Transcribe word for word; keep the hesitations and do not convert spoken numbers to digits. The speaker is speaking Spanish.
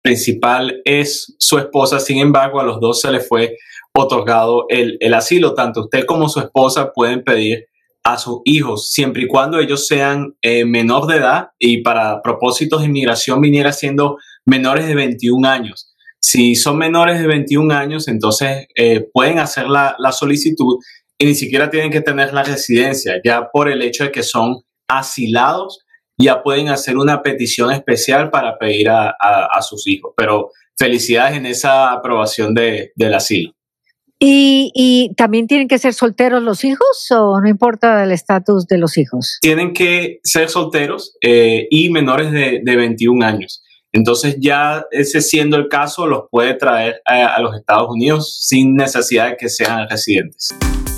principal es su esposa. Sin embargo, a los dos se les fue otorgado el, el asilo. Tanto usted como su esposa pueden pedir a sus hijos, siempre y cuando ellos sean eh, menor de edad y para propósitos de inmigración viniera siendo menores de veintiún años. Si son menores de veintiún años, entonces eh, pueden hacer la, la solicitud y ni siquiera tienen que tener la residencia. Ya por el hecho de que son asilados, ya pueden hacer una petición especial para pedir a, a, a sus hijos. Pero felicidades en esa aprobación de, del asilo. ¿Y, ¿Y también tienen que ser solteros los hijos o no importa el estatus de los hijos? Tienen que ser solteros eh, y menores de, de veintiún años. Entonces ya ese siendo el caso, los puede traer a, a los Estados Unidos sin necesidad de que sean residentes.